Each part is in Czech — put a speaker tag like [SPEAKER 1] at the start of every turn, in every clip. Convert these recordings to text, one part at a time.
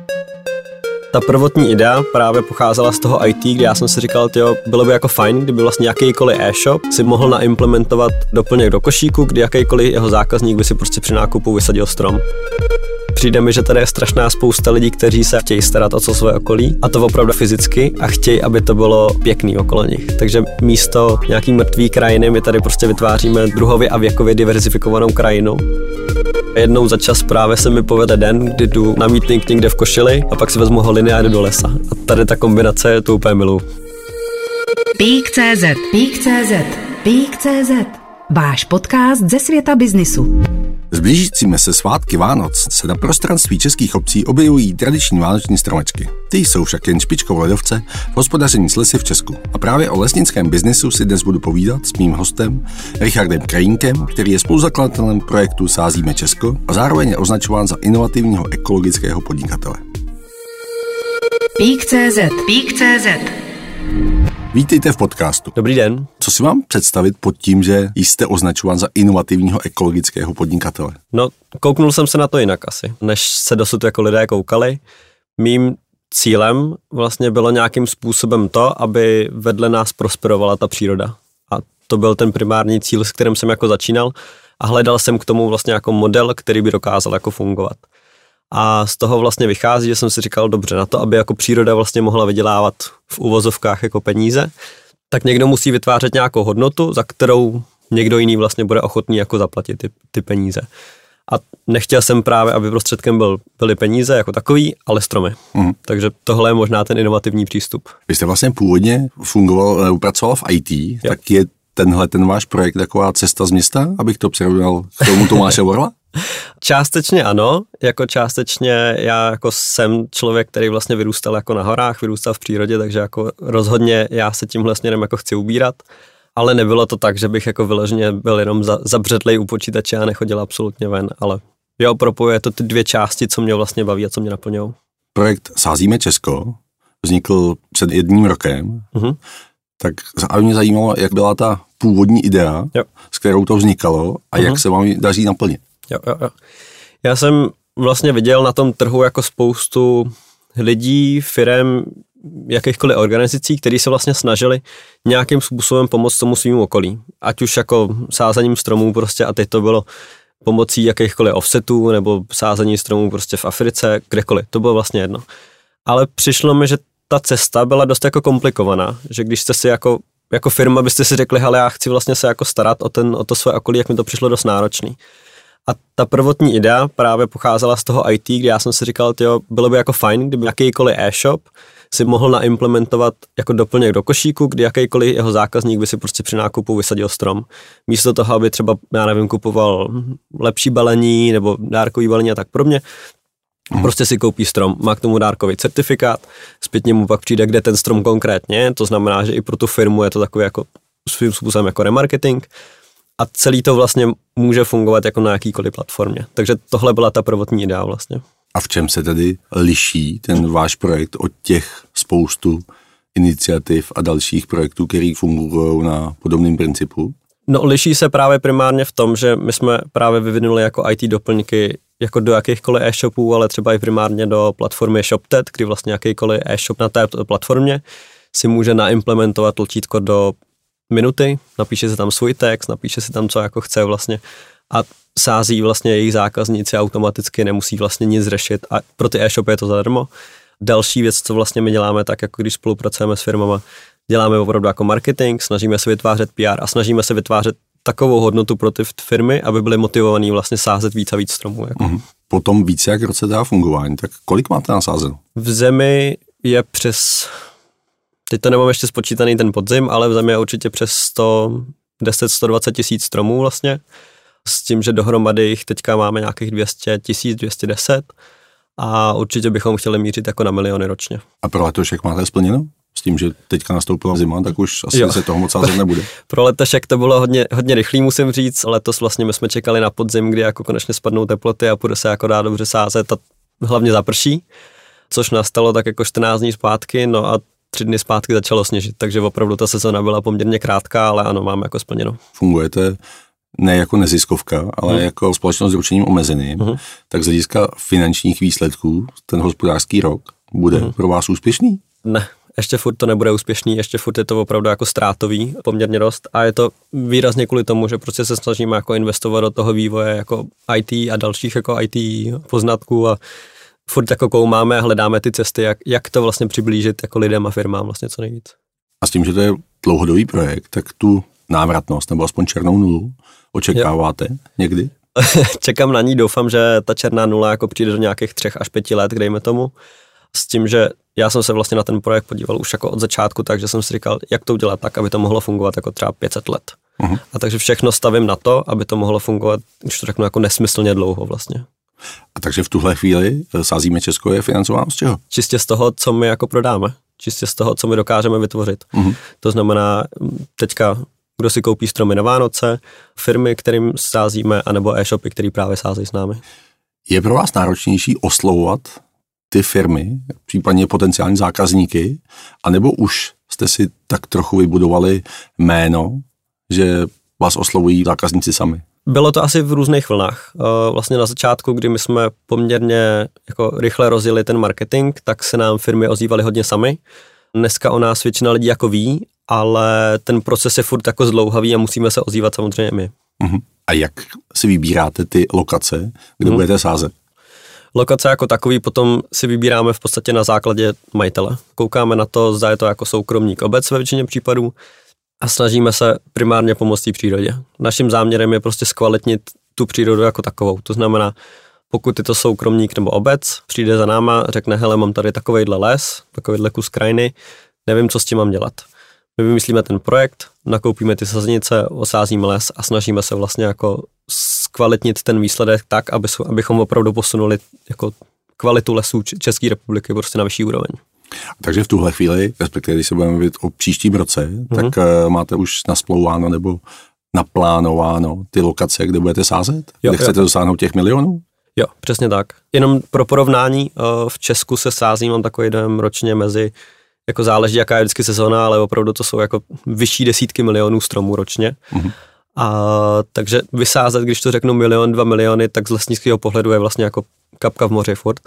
[SPEAKER 1] Ta prvotní idea právě pocházela z toho IT, kde já jsem si říkal, tyjo, bylo by jako fajn, kdyby vlastně jakýkoliv e-shop si mohl naimplementovat doplněk do košíku, kdy jakýkoliv jeho zákazník by si prostě při nákupu vysadil strom. Přijde mi, že tady je strašná spousta lidí, kteří se chtějí starat o své okolí, a to opravdu fyzicky, a chtějí, aby to bylo pěkný okolo nich. Takže místo nějaký mrtvý krajiny my tady prostě vytváříme druhově a věkově diverzifikovanou krajinu. Jednou za čas právě se mi povede den, kdy jdu na meeting někde v košili a pak si vezmu holiny a jdu do lesa. A tady ta kombinace, to úplně miluju.
[SPEAKER 2] Peak.cz Váš podcast ze světa biznisu.
[SPEAKER 3] S blížícími se svátky Vánoc se na prostranství českých obcí objevují tradiční vánoční stromečky. Ty jsou však jen špičkou ledovce v hospodaření s lesy v Česku. A právě o lesnickém biznisu si dnes budu povídat s mým hostem Richardem Krajínkem, který je spoluzakladatelem projektu Sázíme Česko a zároveň je označován za inovativního ekologického podnikatele.
[SPEAKER 2] Peak.cz
[SPEAKER 3] Vítejte v podcastu.
[SPEAKER 1] Dobrý den.
[SPEAKER 3] Co si mám představit pod tím, že jste označován za inovativního ekologického podnikatele?
[SPEAKER 1] No, kouknul jsem se na to jinak asi, než se dosud jako lidé koukali. Mým cílem vlastně bylo nějakým způsobem to, aby vedle nás prosperovala ta příroda. A to byl ten primární cíl, s kterým jsem jako začínal, a hledal jsem k tomu vlastně jako model, který by dokázal jako fungovat. A z toho vlastně vychází, že jsem si říkal, dobře, na to, aby jako příroda vlastně mohla vydělávat v uvozovkách jako peníze, tak někdo musí vytvářet nějakou hodnotu, za kterou někdo jiný vlastně bude ochotný jako zaplatit ty peníze. A nechtěl jsem právě, aby prostředkem byly peníze jako takový, ale stromy. Takže tohle je možná ten inovativní přístup.
[SPEAKER 3] Vy jste vlastně původně pracoval v IT, jo. Tak je ten váš projekt taková cesta z města, abych to přirovnal k tomu Tomáše Vorla?
[SPEAKER 1] Částečně ano, jako částečně já jako jsem člověk, který vlastně vyrůstal jako na horách, vyrůstal v přírodě, takže jako rozhodně já se tímhle směrem jako chci ubírat, ale nebylo to tak, že bych jako vyloženě byl jenom zabředlej u počítače a nechodil absolutně ven, ale jo, propojuje to ty dvě části, co mě vlastně baví a co mě naplňují. Projekt
[SPEAKER 3] Sázíme Česko vznikl před 1 rokem, tak mě zajímalo, jak byla ta původní idea, jo, s kterou to vznikalo a jak se vám daří naplnit.
[SPEAKER 1] Jo. Já jsem vlastně viděl na tom trhu jako spoustu lidí, firem, jakýchkoliv organizací, kteří se vlastně snažili nějakým způsobem pomoct tomu svým okolí. Ať už jako sázením stromů prostě, a teď to bylo pomocí jakýchkoliv offsetů nebo sázení stromů prostě v Africe, kdekoliv. To bylo vlastně jedno. Ale přišlo mi, že ta cesta byla dost jako komplikovaná, že když jste si jako firma byste si řekli, hele, já chci vlastně se jako starat o to své okolí, jak mi to přišlo dost náročný. A ta prvotní idea právě pocházela z toho IT, kde já jsem si říkal, tyjo, bylo by jako fajn, kdyby jakýkoliv e-shop si mohl naimplementovat jako doplněk do košíku, kdy jakýkoliv jeho zákazník by si prostě při nákupu vysadil strom. Místo toho, aby třeba, já nevím, kupoval lepší balení nebo dárkový balení a tak podobně, prostě si koupí strom, má k tomu dárkový certifikát, zpětně mu pak přijde, kde ten strom konkrétně, to znamená, že i pro tu firmu je to takový jako svým způsobem jako remarketing. A celý to vlastně může fungovat jako na jakýkoliv platformě. Takže tohle byla ta prvotní idea vlastně.
[SPEAKER 3] A v čem se tedy liší ten váš projekt od těch spoustu iniciativ a dalších projektů, který fungují na podobném principu?
[SPEAKER 1] No, liší se právě primárně v tom, že my jsme právě vyvinuli jako IT doplňky jako do jakýchkoliv e-shopů, ale třeba i primárně do platformy ShopTet, kdy vlastně jakýkoliv e-shop na té platformě si může naimplementovat tlačítko do minuty, napíše si tam svůj text, napíše si tam, co jako chce vlastně, a sází vlastně jejich zákazníci automaticky, nemusí vlastně nic řešit, a pro ty e-shopy je to zadarmo. Další věc, co vlastně my děláme, tak jako když spolupracujeme s firmama, děláme opravdu jako marketing, snažíme se vytvářet PR a snažíme se vytvářet takovou hodnotu pro ty firmy, aby byly motivovaní vlastně sázet víc a víc stromů. Jako.
[SPEAKER 3] Potom více jak roce dá fungování, tak kolik máte nasázeno?
[SPEAKER 1] V zemi je přes, teď to nemám ještě spočítaný ten podzim, ale v zemi je určitě přes 110-120 tisíc stromů vlastně, s tím, že dohromady jich teďka máme nějakých 200 000, 210 a určitě bychom chtěli mířit jako na miliony ročně.
[SPEAKER 3] A pro letošek máte splněno? S tím, že teďka nastoupila zima, tak už asi se toho moc sázet nebude.
[SPEAKER 1] Pro letošek to bylo hodně rychlý, musím říct. Letos vlastně my jsme čekali na podzim, kdy jako konečně spadnou teploty a půjde se jako dá dobře sázet a hlavně zaprší, což nastalo tak jako 14 dní zpátky, no a 3 dny zpátky začalo sněžit, takže opravdu ta sezona byla poměrně krátká, ale ano, máme jako splněno.
[SPEAKER 3] Fungujete ne jako neziskovka, ale jako společnost s ručením omezeným, tak z hlediska finančních výsledků ten hospodářský rok bude pro vás úspěšný?
[SPEAKER 1] Ne, ještě furt to nebude úspěšný, ještě furt je to opravdu jako ztrátový poměrně dost a je to výrazně kvůli tomu, že prostě se snažíme jako investovat do toho vývoje jako IT a dalších jako IT poznatků a furt jako koumáme a hledáme ty cesty, jak to vlastně přiblížit jako lidem a firmám vlastně co nejvíc.
[SPEAKER 3] A s tím, že to je dlouhodobý projekt, tak tu návratnost nebo aspoň černou nulu očekáváte někdy?
[SPEAKER 1] Čekám na ní, doufám, že ta černá nula jako přijde do nějakých 3 až 5 let, dejme tomu. S tím, že já jsem se vlastně na ten projekt podíval už jako od začátku, takže jsem si říkal, jak to udělat tak, aby to mohlo fungovat jako třeba 500 let. A takže všechno stavím na to, aby to mohlo fungovat, když to řeknu, jako nesmyslně dlouho vlastně.
[SPEAKER 3] A takže v tuhle chvíli Sázíme Česko je financováno z čeho?
[SPEAKER 1] Čistě z toho, co my jako prodáme. Čistě z toho, co my dokážeme vytvořit. To znamená teďka, kdo si koupí stromy na Vánoce, firmy, kterým sázíme, anebo e-shopy, který právě sázejí s námi.
[SPEAKER 3] Je pro vás náročnější oslovovat ty firmy, případně potenciální zákazníky, anebo už jste si tak trochu vybudovali jméno, že vás oslovují zákazníci sami?
[SPEAKER 1] Bylo to asi v různých vlnách. Vlastně na začátku, kdy my jsme poměrně jako rychle rozjeli ten marketing, tak se nám firmy ozývaly hodně sami. Dneska o nás většina lidí jako ví, ale ten proces je furt jako zdlouhavý a musíme se ozývat samozřejmě my.
[SPEAKER 3] A jak si vybíráte ty lokace, kde budete sázet?
[SPEAKER 1] Lokace jako takový potom si vybíráme v podstatě na základě majitele. Koukáme na to, zda je to jako soukromník obec ve většině případů a snažíme se primárně pomoct té přírodě. Naším záměrem je prostě zkvalitnit tu přírodu jako takovou. To znamená, pokud je to soukromník nebo obec, přijde za náma, řekne, hele, mám tady takovejhle les, takovejhle kus krajiny, nevím, co s tím mám dělat. My vymyslíme ten projekt, nakoupíme ty sazenice, osázíme les a snažíme se vlastně jako zkvalitnit ten výsledek tak, abychom opravdu posunuli jako kvalitu lesů České republiky prostě na vyšší úroveň.
[SPEAKER 3] Takže v tuhle chvíli, respektive když se budeme mluvit o příštím roce, tak máte už nasplouváno nebo naplánováno ty lokace, kde budete sázet? Kde chcete dosáhnout těch milionů?
[SPEAKER 1] Jo, přesně tak. Jenom pro porovnání, v Česku se sází, mám takový dojem ročně mezi, jako záleží, jaká je vždycky sezóna, ale opravdu to jsou jako vyšší desítky milionů stromů ročně. A takže vysázet, když to řeknu 1 milion, 2 miliony, tak z lesnického pohledu je vlastně jako kapka v moři furt.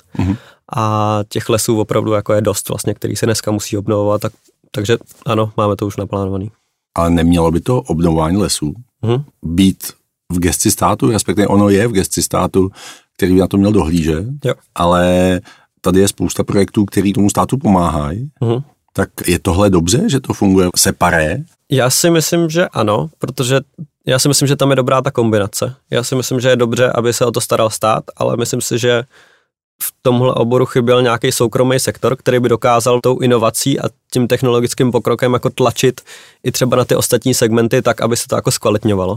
[SPEAKER 1] A těch lesů opravdu jako je dost vlastně, který se dneska musí obnovovat, takže ano, máme to už naplánovaný.
[SPEAKER 3] Ale nemělo by to obnovování lesů být v gesci státu, respektive ono je v gesci státu, který by na to měl dohlížet, ale tady je spousta projektů, který tomu státu pomáhají. Tak je tohle dobře, že to funguje separé?
[SPEAKER 1] Já si myslím, že ano, protože já si myslím, že tam je dobrá ta kombinace. Já si myslím, že je dobře, aby se o to staral stát, ale myslím si, že v tomhle oboru chyběl nějaký soukromý sektor, který by dokázal tou inovací a tím technologickým pokrokem jako tlačit i třeba na ty ostatní segmenty tak, aby se to jako zkvalitňovalo.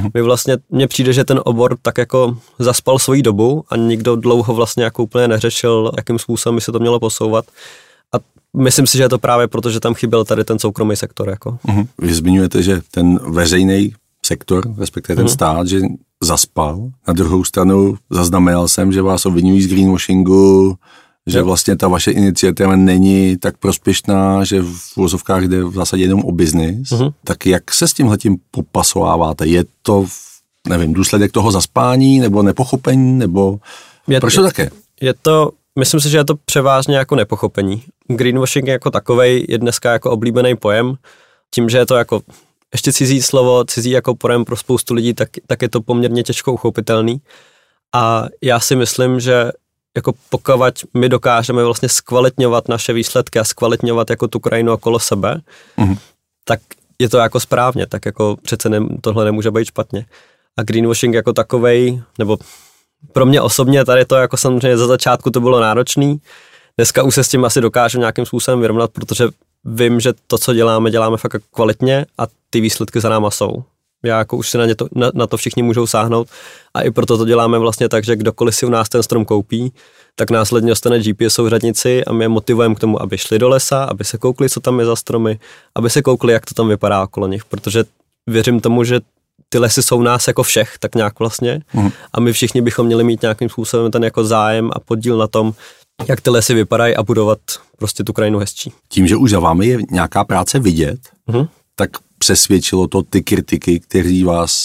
[SPEAKER 1] Mně přijde, že ten obor tak jako zaspal svoji dobu a nikdo dlouho vlastně jako úplně neřešil, jakým způsobem by se to mělo posouvat. A myslím si, že je to právě proto, že tam chyběl tady ten soukromý sektor. Jako.
[SPEAKER 3] Vy zmiňujete, že ten veřejný sektor, respektive ten stát, že zaspal. Na druhou stranu zaznamenal jsem, že vás obviňují z greenwashingu, že vlastně ta vaše iniciativa není tak prospěšná, že v uvozovkách jde v zásadě jenom o biznis. Tak jak se s tímhletím popasováváte? Je to, nevím, důsledek toho zaspání, nebo nepochopení, nebo proč to také?
[SPEAKER 1] Myslím si, že je to převážně jako nepochopení. Greenwashing jako takovej je dneska jako oblíbený pojem, tím, že je to jako ještě cizí slovo, cizí jako pojem pro spoustu lidí, tak je to poměrně těžko uchopitelný. A já si myslím, že jako pokud my dokážeme vlastně zkvalitňovat naše výsledky a zkvalitňovat jako tu krajinu okolo sebe, tak je to jako správně, tak jako přece tohle nemůže být špatně. A greenwashing jako takovej, nebo pro mě osobně tady to jako samozřejmě za začátku to bylo náročný. Dneska už se s tím asi dokážu nějakým způsobem vyrovnat, protože vím, že to, co děláme fakt kvalitně a ty výsledky za náma jsou. Já jako už si na to všichni můžou sáhnout a i proto to děláme vlastně tak, že kdokoliv si u nás ten strom koupí, tak následně dostane GPS souřadnici a my je motivujeme k tomu, aby šli do lesa, aby se koukli, co tam je za stromy, aby se koukli, jak to tam vypadá okolo nich, protože věřím tomu, že ty lesy jsou nás jako všech, tak nějak vlastně a my všichni bychom měli mít nějakým způsobem ten jako zájem a podíl na tom, jak ty lesy vypadají a budovat prostě tu krajinu hezčí.
[SPEAKER 3] Tím, že už za vámi je nějaká práce vidět, tak přesvědčilo to ty kritiky, kteří vás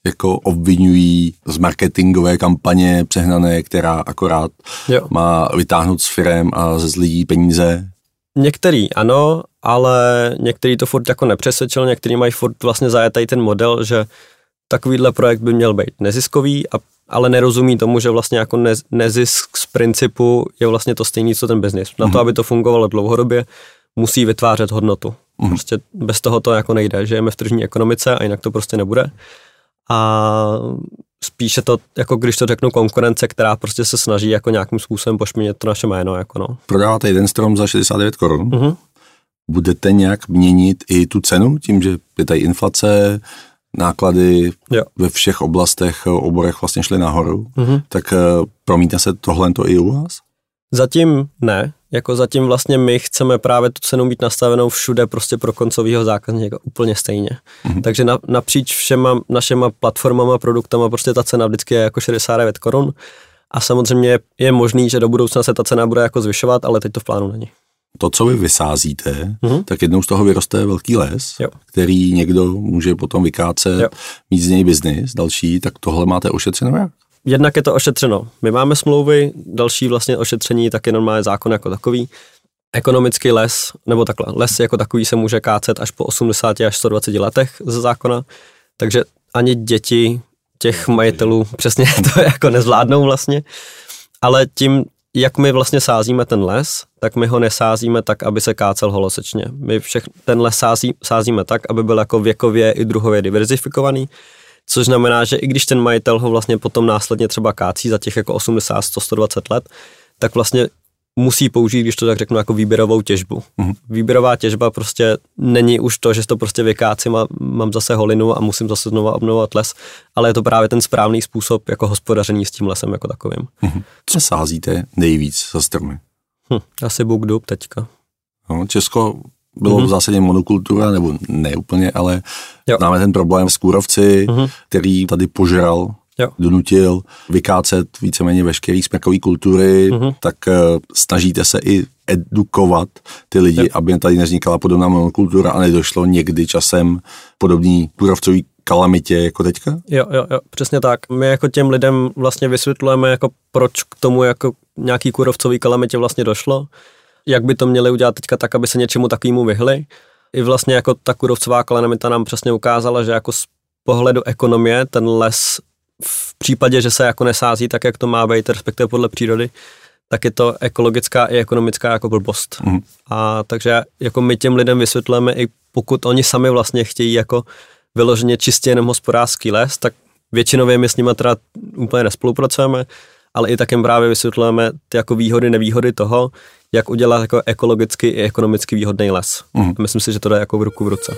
[SPEAKER 3] jako obvinují z marketingové kampaně přehnané, která akorát má vytáhnout s firem a z lidí peníze.
[SPEAKER 1] Některý ano, ale některý to furt jako nepřesvědčil, některý mají furt vlastně zajetý ten model, že takovýhle projekt by měl být neziskový, ale nerozumí tomu, že vlastně jako nezisk z principu je vlastně to stejný, co ten biznis. Na to, aby to fungovalo dlouhodobě, musí vytvářet hodnotu. Prostě bez toho to jako nejde. Žijeme v tržní ekonomice a jinak to prostě nebude. A spíše to, jako když to řeknu, konkurence, která prostě se snaží jako nějakým způsobem pošpinit to naše jméno. Jako no.
[SPEAKER 3] Prodáváte jeden strom za 69 korun. Budete nějak měnit i tu cenu tím, že je tady inflace, náklady ve všech oblastech, oborech vlastně šly nahoru, tak promítne se tohle i u vás?
[SPEAKER 1] Zatím ne, jako zatím vlastně my chceme právě tu cenu mít nastavenou všude prostě pro koncovýho zákazníka úplně stejně. Takže napříč všema našima platformama, produktama prostě ta cena vždycky je jako 69 korun a samozřejmě je možný, že do budoucna se ta cena bude jako zvyšovat, ale teď to v plánu není.
[SPEAKER 3] To, co vy vysázíte, tak jednou z toho vyroste velký les, který někdo může potom vykácet, mít z něj biznis, další, tak tohle máte ošetřeno jak?
[SPEAKER 1] Jednak je to ošetřeno. My máme smlouvy, další vlastně ošetření, tak je normálně zákon jako takový. Ekonomický les, nebo takhle, les jako takový se může kácet až po 80 až 120 letech ze zákona, takže ani děti těch majitelů přesně to jako nezvládnou vlastně, ale tím, jak my vlastně sázíme ten les, tak my ho nesázíme tak, aby se kácel holosečně. My ten les sázíme tak, aby byl jako věkově i druhově diverzifikovaný, což znamená, že i když ten majitel ho vlastně potom následně třeba kácí za těch jako 80, 100, 120 let, tak vlastně musí použít, když to tak řeknu, jako výběrovou těžbu. Výběrová těžba prostě není už to, že to prostě vykácím a mám zase holinu a musím zase znovu obnovovat les, ale je to právě ten správný způsob jako hospodaření s tím lesem jako takovým.
[SPEAKER 3] Co sázíte nejvíc za stromy?
[SPEAKER 1] Asi buk dub teďka.
[SPEAKER 3] No, Česko bylo v zásadě monokultura, nebo ne úplně, ale máme ten problém s kůrovci, který tady požral, donutil vykácet víceméně veškerý smrkový kultury, tak snažíte se i edukovat ty lidi, aby tady nevznikala podobná monokultura a nedošlo někdy časem podobný kůrovcový kalamitě jako teďka? Jo,
[SPEAKER 1] přesně tak. My jako těm lidem vlastně vysvětlujeme, jako proč k tomu jako nějaký kůrovcový kalamitě vlastně došlo, jak by to měli udělat teďka tak, aby se něčemu takovému vyhli. I vlastně jako ta kůrovcová kalamita nám přesně ukázala, že jako z pohledu ekonomie ten les v případě, že se jako nesází tak, jak to má být, respektive podle přírody, tak je to ekologická i ekonomická jako blbost. A takže jako my těm lidem vysvětlujeme, i pokud oni sami vlastně chtějí jako vyloženě čistě jenom hospodářský les, tak většinově my s nimi teda úplně nespolupracujeme, ale i tak jim právě vysvětlujeme ty jako výhody, nevýhody toho, jak udělat jako ekologicky i ekonomicky výhodný les. Myslím si, že to jde jako v ruku v ruce.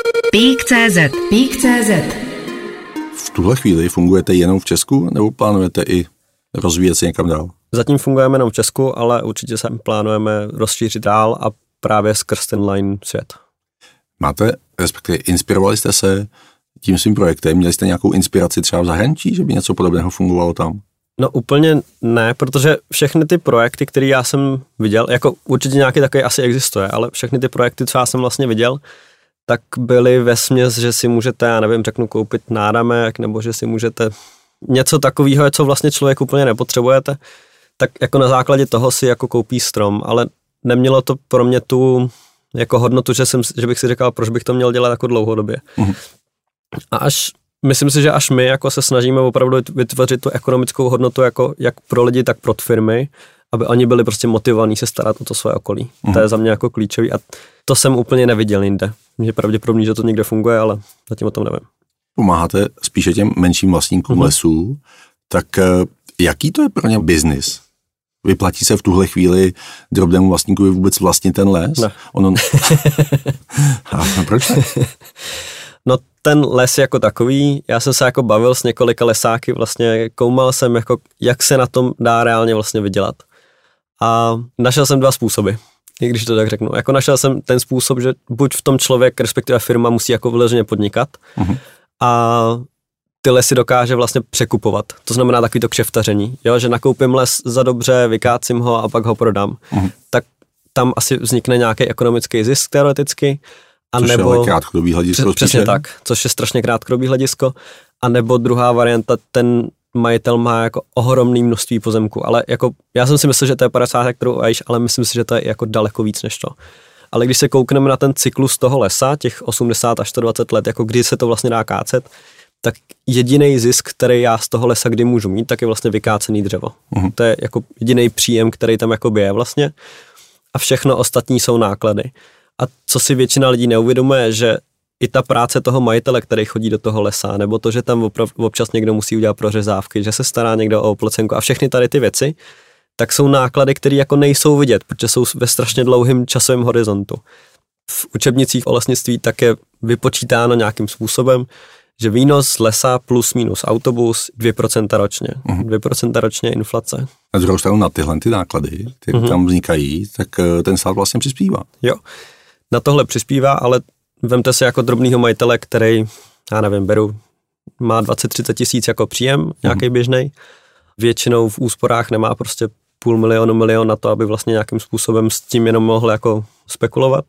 [SPEAKER 2] Peak.cz
[SPEAKER 3] V tuhle chvíli fungujete jenom v Česku, nebo plánujete i rozvíjet se někam dál?
[SPEAKER 1] Zatím fungujeme jenom v Česku, ale určitě se plánujeme rozšířit dál a právě skrz ten line svět.
[SPEAKER 3] Máte, respektive inspirovali jste se tím svým projektem? Měli jste nějakou inspiraci třeba v zahraničí, že by něco podobného fungovalo tam?
[SPEAKER 1] No úplně ne, protože všechny ty projekty, které já jsem viděl, jako určitě nějaký takový asi existuje, ale všechny ty projekty, co já jsem vlastně viděl, tak byly vesměs, že si můžete, já nevím, řeknu, koupit náramek, nebo že si můžete něco takového, co vlastně člověk úplně nepotřebujete, tak jako na základě toho si jako koupí strom, ale nemělo to pro mě tu jako hodnotu, že bych si říkal, proč bych to měl dělat jako dlouhodobě. A myslím si, že až my jako se snažíme opravdu vytvořit tu ekonomickou hodnotu jako jak pro lidi, tak pro firmy, aby oni byli prostě motivovaní se starat o to své okolí. To je za mě jako klíčový a to jsem úplně neviděl jinde. Je pravděpodobný, že to někde funguje, ale zatím o tom nevím.
[SPEAKER 3] Pomáháte spíše těm menším vlastníkům lesů, tak jaký to je pro ně biznis? Vyplatí se v tuhle chvíli drobnému vlastníkovi vůbec vlastnit ten les?
[SPEAKER 1] Ne.
[SPEAKER 3] Proč ne?
[SPEAKER 1] No ten les jako takový, já jsem se jako bavil s několika lesáky, vlastně koumal jsem, jako, jak se na tom dá reálně vlastně vydělat. A našel jsem dva způsoby, i když to tak řeknu. Jako našel jsem ten způsob, že buď v tom člověk, respektive firma musí jako vyloženě podnikat a ty lesy dokáže vlastně překupovat. To znamená takový to kšeftaření, jo? Že nakoupím les za dobře, vykácím ho a pak ho prodám. Tak tam asi vznikne nějaký ekonomický zisk teoreticky.
[SPEAKER 3] Což je krátkodobý hledisko.
[SPEAKER 1] Přesně tak, což je strašně krátkodobý hledisko. A nebo druhá varianta, ten majitel má jako ohromné množství pozemku, ale jako já jsem si myslel, že to je 50 hektarů ale myslím si, že to je jako daleko víc než to. Ale když se koukneme na ten cyklus toho lesa, těch 80 až 120 let, jako kdy se to vlastně dá kácet, tak jediný zisk, který já z toho lesa kdy můžu mít, tak je vlastně vykácený dřevo. To je jako jediný příjem, který tam jakoby je vlastně. A všechno ostatní jsou náklady. A co si většina lidí neuvědomuje, že i ta práce toho majitele, který chodí do toho lesa, nebo to, že tam občas někdo musí udělat prořezávky, že se stará někdo o oplocenku a všechny tady ty věci, tak jsou náklady, které jako nejsou vidět, protože jsou ve strašně dlouhém časovém horizontu. V učebnicích o lesnictví tak je vypočítáno nějakým způsobem, že výnos z lesa plus minus autobus 2% ročně. 2% ročně inflace.
[SPEAKER 3] Na druhou stranu na tyhle ty náklady, které tam vznikají, tak ten stát vlastně přispívá.
[SPEAKER 1] Jo, na tohle přispívá, ale vemte se jako drobnýho majitele, který, já nevím, má 20-30 tisíc jako příjem, nějaký běžnej. Většinou v úsporách nemá prostě 500 000, milion na to, aby vlastně nějakým způsobem s tím jenom mohl jako spekulovat.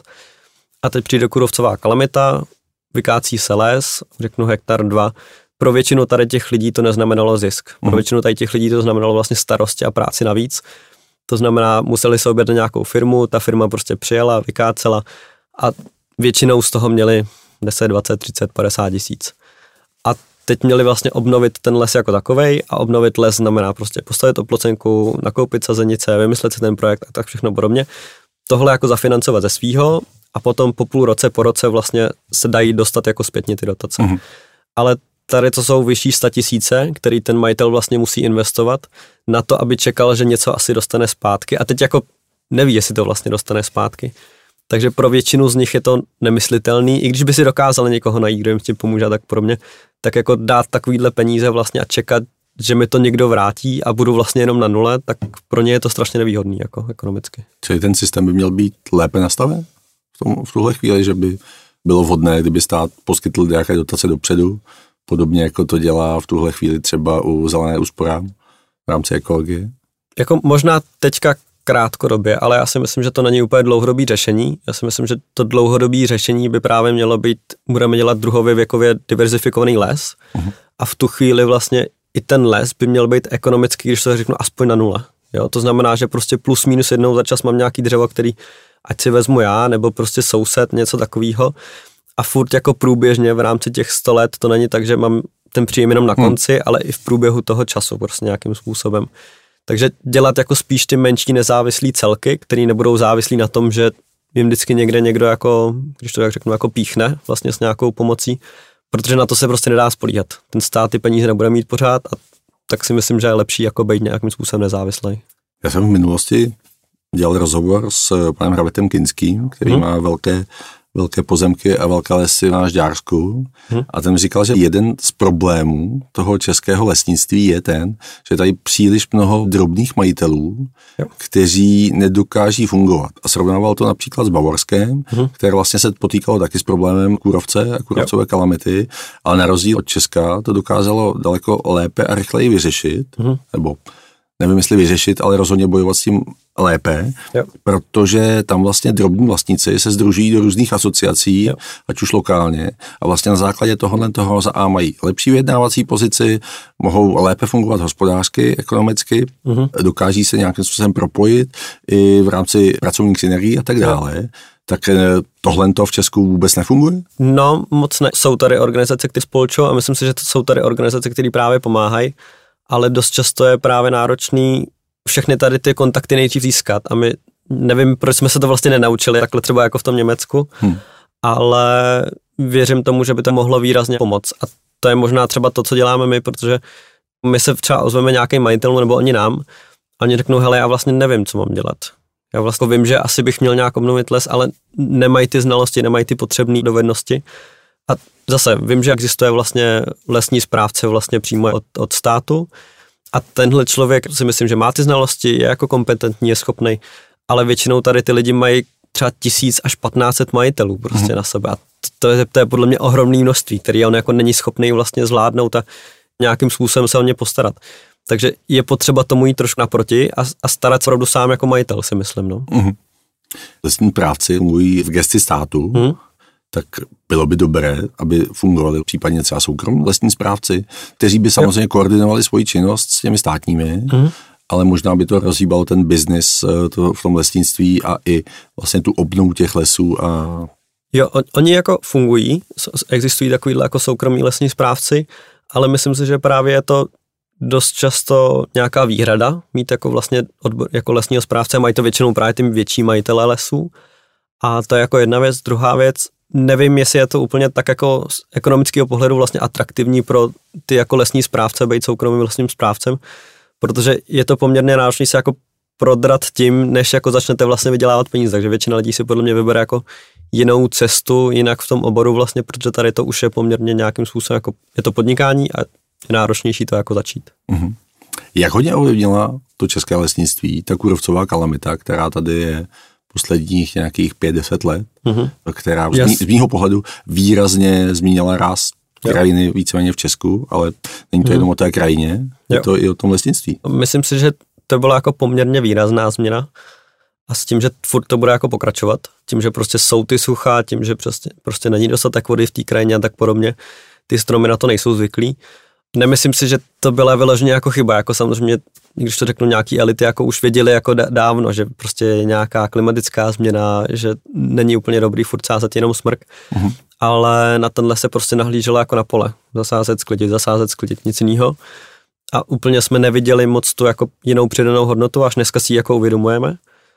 [SPEAKER 1] A teď přijde kůrovcová kalamita, vykácí se les, řeknu 1-2 hektarů. Pro většinu tady těch lidí to neznamenalo zisk. Pro většinu tady těch lidí to znamenalo vlastně starosti a práci navíc. To znamená, museli se objednat nějakou firmu, ta firma prostě přijela, vykácela a většinou z toho měli 10, 20, 30, 50 tisíc. A teď měli vlastně obnovit ten les jako takovej a obnovit les znamená prostě postavit oplocenku, nakoupit sazenice, vymyslet si ten projekt a tak všechno podobně. Tohle jako zafinancovat ze svýho a potom po půl roce, po roce vlastně se dají dostat jako zpětně ty dotace. Ale tady to jsou vyšší 100 000, který ten majitel vlastně musí investovat na to, aby čekal, že něco asi dostane zpátky a teď jako neví, jestli to vlastně dostane zpátky. Takže pro většinu z nich je to nemyslitelný, i když by si dokázali někoho najít, kdo jim s tím pomůže, tak pro mě, tak jako dát takovýhle peníze vlastně a čekat, že mi to někdo vrátí a budu vlastně jenom na nule, tak pro ně je to strašně nevýhodný jako ekonomicky.
[SPEAKER 3] Čili ten systém by měl být lépe nastaven v tuhle chvíli, že by bylo vhodné, kdyby stát poskytl nějaké dotace dopředu, podobně jako to dělá v tuhle chvíli třeba u zelené úsporám v rámci ekologie? Jako
[SPEAKER 1] možná teďka krátkodobě, ale já si myslím, že to není úplně dlouhodobý řešení. Já si myslím, že to dlouhodobý řešení by právě mělo být, budeme dělat druhově věkově diverzifikovaný les a v tu chvíli vlastně i ten les by měl být ekonomicky, když to řeknu, aspoň na nule. Jo? To znamená, že prostě plus minus jednou za čas mám nějaký dřevo, který ať si vezmu já, nebo prostě soused, něco takového. A furt jako průběžně v rámci těch 100 let to není tak, že mám ten příjem jenom na konci, ale i v průběhu toho času prostě nějakým způsobem. Takže dělat jako spíš ty menší nezávislý celky, který nebudou závislí na tom, že jim vždycky někde někdo jako, když to tak řeknu, jako píchne vlastně s nějakou pomocí, protože na to se prostě nedá spolíhat. Ten stát ty peníze nebude mít pořád a tak si myslím, že je lepší jako být nějakým způsobem nezávislý.
[SPEAKER 3] Já jsem v minulosti dělal rozhovor s panem Hrabetem Kinským, který má velké pozemky a velké lesy na Žďársku. A ten říkal, že jeden z problémů toho českého lesnictví je ten, že tady příliš mnoho drobných majitelů, kteří nedokáží fungovat. A srovnával to například s Bavorskem, které vlastně se potýkalo taky s problémem kůrovce a kůrovcové kalamity, ale na rozdíl od Česka to dokázalo daleko lépe a rychleji vyřešit, nebo nevím, jestli vyřešit, ale rozhodně bojovat s tím lépe, protože tam vlastně drobní vlastníci se sdružují do různých asociací, ať už lokálně, a vlastně na základě toho za A mají lepší vyjednávací pozici, mohou lépe fungovat hospodářsky, ekonomicky, dokáží se nějakým způsobem propojit i v rámci pracovních synergií a tak dále. Tak tohle to v Česku vůbec nefunguje?
[SPEAKER 1] No, moc ne. Jsou tady organizace, které spolčují a myslím si, že to jsou tady organizace, které právě pomáhají, ale dost často je právě náročný všechny tady ty kontakty nejdřív získat a my nevím, proč jsme se to vlastně nenaučili, takhle třeba jako v tom Německu, ale věřím tomu, že by to mohlo výrazně pomoct a to je možná třeba to, co děláme my, protože my se třeba ozveme nějakým majitelům nebo oni nám a oni řeknou, hele, já vlastně nevím, co mám dělat. Já vlastně vím, že asi bych měl nějak obnovit les, ale nemají ty znalosti, nemají ty potřebné dovednosti. A zase vím, že existuje vlastně lesní správce vlastně přímo od státu a tenhle člověk si myslím, že má ty znalosti, je jako kompetentní, je schopný, ale většinou tady ty lidi mají třeba 1000 až 1500 majitelů prostě na sebe a to je podle mě ohromné množství, který on jako není schopný vlastně zvládnout a nějakým způsobem se o ně postarat. Takže je potřeba tomu jít trošku naproti a starat se opravdu sám jako majitel, si myslím. No.
[SPEAKER 3] Lesní správci mluví v gesci státu, tak bylo by dobré, aby fungovali případně třeba soukromí lesní správci, kteří by samozřejmě koordinovali svoji činnost s těmi státními, ale možná by to rozhýbalo ten biznis v tom lesnictví a i vlastně tu obnovu těch lesů.
[SPEAKER 1] Jo, oni jako fungují, existují takovýhle jako soukromí lesní správci, ale myslím si, že právě je to dost často nějaká výhrada mít jako vlastně jako lesního správce, mají to většinou právě tím větší majitelé lesů a to je jako jedna věc. Druhá věc, nevím, jestli je to úplně tak jako z ekonomického pohledu vlastně atraktivní pro ty jako lesní správce být soukromým lesním správcem, protože je to poměrně náročné se jako prodrat tím, než jako začnete vlastně vydělávat peníze, takže většina lidí si podle mě vybere jako jinou cestu, jinak v tom oboru vlastně, protože tady to už je poměrně nějakým způsobem jako je to podnikání a je náročnější to jako začít.
[SPEAKER 3] Mm-hmm. Jak hodně ovlivnila to české lesnictví, ta kůrovcová kalamita, která tady je posledních nějakých 5-10 let, která z mýho pohledu výrazně zmínila ráz krajiny víceméně v Česku, ale není to jenom o té krajině, je to i o tom lesnictví.
[SPEAKER 1] Myslím si, že to byla jako poměrně výrazná změna a s tím, že furt to bude jako pokračovat, tím, že prostě jsou ty sucha, tím, že prostě není dostatek vody v té krajině a tak podobně, ty stromy na to nejsou zvyklí. Nemyslím si, že to byla vyloženě jako chyba, jako samozřejmě, když to řeknu, nějaký elity jako už věděli jako dávno, že prostě je nějaká klimatická změna, že není úplně dobrý furt sázet jenom smrk, ale na tenhle se prostě nahlíželo jako na pole, zasázet, sklidit, nic jiného. A úplně jsme neviděli moc tu jako jinou přidanou hodnotu, až dneska si ji jako uvědomujeme.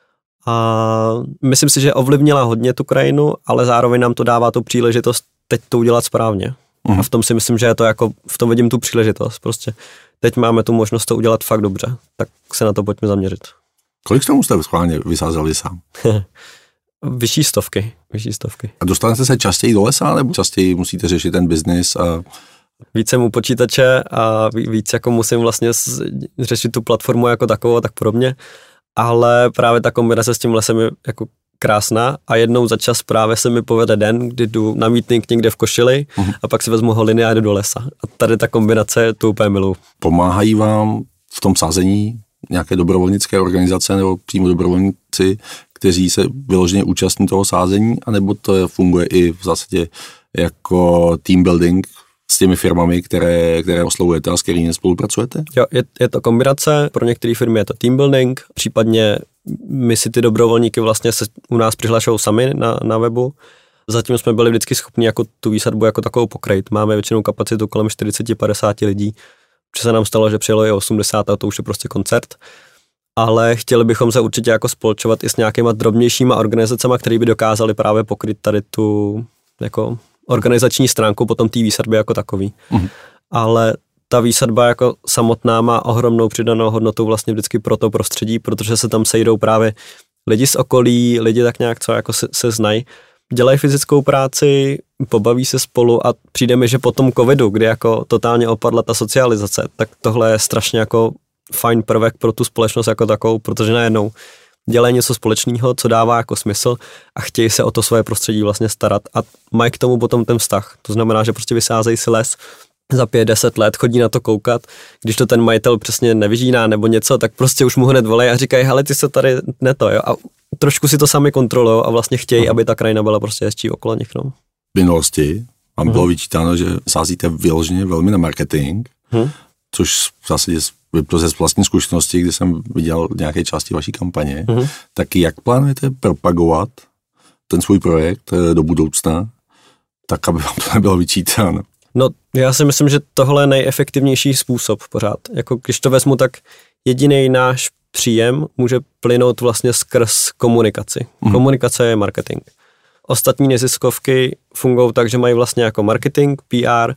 [SPEAKER 1] A myslím si, že ovlivnila hodně tu krajinu, ale zároveň nám to dává tu příležitost teď to udělat správně. A v tom si myslím, že je to jako, v tom vidím tu příležitost. Prostě teď máme tu možnost to udělat fakt dobře, tak se na to pojďme zaměřit.
[SPEAKER 3] Kolik stromů jste schválně vysázeli sám?
[SPEAKER 1] Vyšší stovky.
[SPEAKER 3] A dostanete se častěji do lesa, nebo častěji musíte řešit ten biznis?
[SPEAKER 1] Víc jsem u počítače a víc jako musím vlastně řešit tu platformu jako takovou a tak podobně, ale právě ta kombinace s tím lesem je jako krásná a jednou za čas právě se mi povede den, kdy jdu na meeting někde v košili a pak si vezmu holiny a jdu do lesa. A tady ta kombinace tu úplně miluju.
[SPEAKER 3] Pomáhají vám v tom sázení nějaké dobrovolnické organizace nebo přímo dobrovolníci, kteří se vyloženě účastní toho sázení, anebo to funguje i v zásadě jako team building s těmi firmami, které oslovujete a s kterými spolupracujete?
[SPEAKER 1] Jo, je to kombinace, pro některé firmy je to team building, případně my si ty dobrovolníky vlastně se u nás přihlašou sami na webu. Zatím jsme byli vždycky schopni jako tu výsadbu jako takovou pokrýt. Máme většinou kapacitu kolem 40-50 lidí, protože se nám stalo, že přijelo i 80 a to už je prostě koncert. Ale chtěli bychom se určitě jako spolčovat i s nějakýma drobnějšíma organizacemi, které by dokázaly právě pokryt tady tu jako organizační stránku potom té výsadby jako takový. Ale ta výsadba jako samotná má ohromnou přidanou hodnotu vlastně vždycky pro to prostředí, protože se tam sejdou právě lidi z okolí, lidi tak nějak, co jako se znají, dělají fyzickou práci, pobaví se spolu a přijde mi, že po tom covidu, kdy jako totálně opadla ta socializace, tak tohle je strašně jako fajn prvek pro tu společnost jako takovou, protože najednou dělají něco společného, co dává jako smysl a chtějí se o to svoje prostředí vlastně starat a mají k tomu potom ten vztah. To znamená, že prostě vysázejí si les, za 5-10 let chodí na to koukat, když to ten majitel přesně nevyžíná nebo něco, tak prostě už mu hned volají a říkají, hele, ty se tady neto, jo, a trošku si to sami kontrolujou a vlastně chtějí, aby ta krajina byla prostě hezčí okolo nich, no.
[SPEAKER 3] V minulosti vám bylo vyčítáno, že sázíte vyloženě velmi na marketing, což v zásadě vyplze z vlastní zkušenosti, kdy jsem viděl nějaké části vaší kampaně, tak jak plánujete propagovat ten svůj projekt do budoucna, tak aby vám to nebylo vyčítáno?
[SPEAKER 1] No, já si myslím, že tohle je nejefektivnější způsob pořád. Jako když to vezmu, tak jediný náš příjem může plynout vlastně skrz komunikaci. Komunikace je marketing. Ostatní neziskovky fungují tak, že mají vlastně jako marketing, PR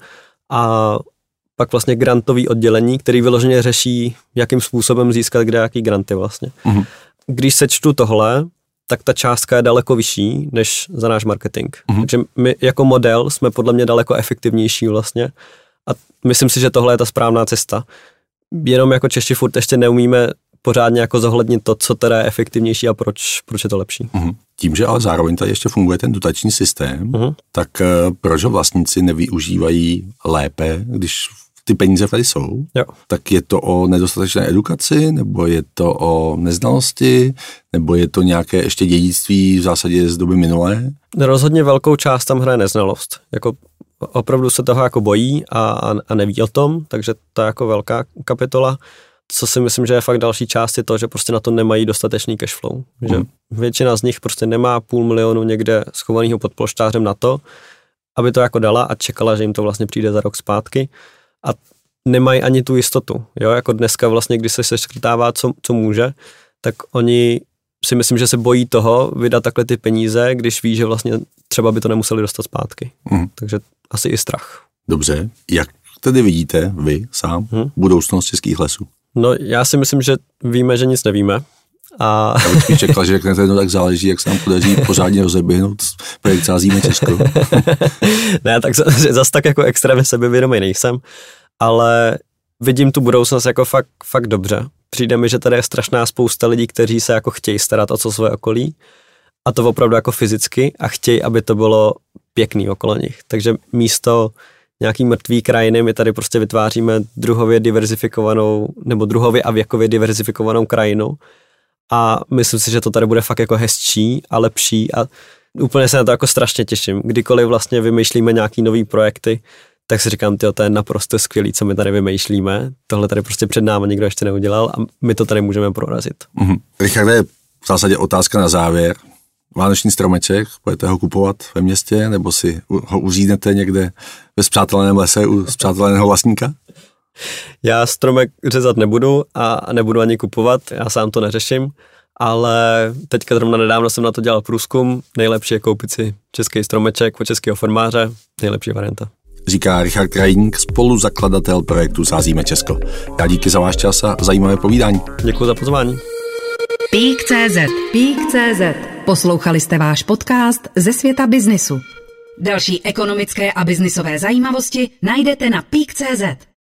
[SPEAKER 1] a pak vlastně grantový oddělení, který vyloženě řeší, jakým způsobem získat kde jaký granty vlastně. Když sečtu tohle, tak ta částka je daleko vyšší než za náš marketing. Takže my jako model jsme podle mě daleko efektivnější vlastně a myslím si, že tohle je ta správná cesta. Jenom jako Češi furt ještě neumíme pořádně jako zohlednit to, co teda je efektivnější a proč je to lepší.
[SPEAKER 3] Tím, že ale zároveň tady ještě funguje ten dotační systém, tak proč ho vlastníci nevyužívají lépe, když ty peníze tady jsou,
[SPEAKER 1] jo.
[SPEAKER 3] Tak je to o nedostatečné edukaci, nebo je to o neznalosti, nebo je to nějaké ještě dědictví v zásadě z doby minulé?
[SPEAKER 1] Rozhodně velkou část tam hraje neznalost. Jako opravdu se toho jako bojí a neví o tom, takže to je jako velká kapitola. Co si myslím, že je fakt další část, je to, že prostě na to nemají dostatečný cash flow. Že většina z nich prostě nemá 500 000 někde schovaného pod polštářem na to, aby to jako dala a čekala, že jim to vlastně přijde za rok zpátky. A nemají ani tu jistotu. Jo? Jako dneska vlastně, když se seškrtává, co může, tak oni si myslím, že se bojí toho vydat takhle ty peníze, když ví, že vlastně třeba by to nemuseli dostat zpátky. Takže asi i strach.
[SPEAKER 3] Dobře. Jak tedy vidíte vy sám budoucnost českých lesů?
[SPEAKER 1] No já si myslím, že víme, že nic nevíme.
[SPEAKER 3] Já bych spíš čekal, že řeknete, no tak záleží, jak se nám podaří pořádně rozeběhnout projekt Sázíme Česko.
[SPEAKER 1] Ne, tak zase tak jako extrémně sebevědomý nejsem, ale vidím tu budoucnost jako fakt dobře. Přijde mi, že tady je strašná spousta lidí, kteří se jako chtějí starat o své okolí a to opravdu jako fyzicky a chtějí, aby to bylo pěkný okolo nich. Takže místo nějaký mrtvý krajiny my tady prostě vytváříme druhově diverzifikovanou nebo druhově a věkově diverzifikovanou krajinu a myslím si, že to tady bude fakt jako hezčí a lepší a úplně se na to jako strašně těším. Kdykoliv vlastně vymýšlíme nějaký nový projekty, tak si říkám, to je naprosto skvělý, co my tady vymýšlíme. Tohle tady prostě před námi nikdo ještě neudělal a my to tady můžeme prorazit.
[SPEAKER 3] Richarde, v zásadě otázka na závěr. Vánoční stromeček, budete ho kupovat ve městě, nebo si ho uřídnete někde ve spřáteleném lese u spřáteleného vlastníka?
[SPEAKER 1] Já stromek řezat nebudu a nebudu ani kupovat, já sám to neřeším, ale teďka zrovna nedávno jsem na to dělal průzkum, nejlepší je koupit si český stromeček od českého farmáře, nejlepší varianta.
[SPEAKER 3] Říká Richard Krajník, spoluzakladatel projektu Sázíme Česko. Já díky za váš čas a zajímavé povídání.
[SPEAKER 1] Děkuji za pozvání.
[SPEAKER 2] Peak.cz. Poslouchali jste váš podcast ze světa biznisu. Další ekonomické a biznisové zajímavosti najdete na Peak.cz.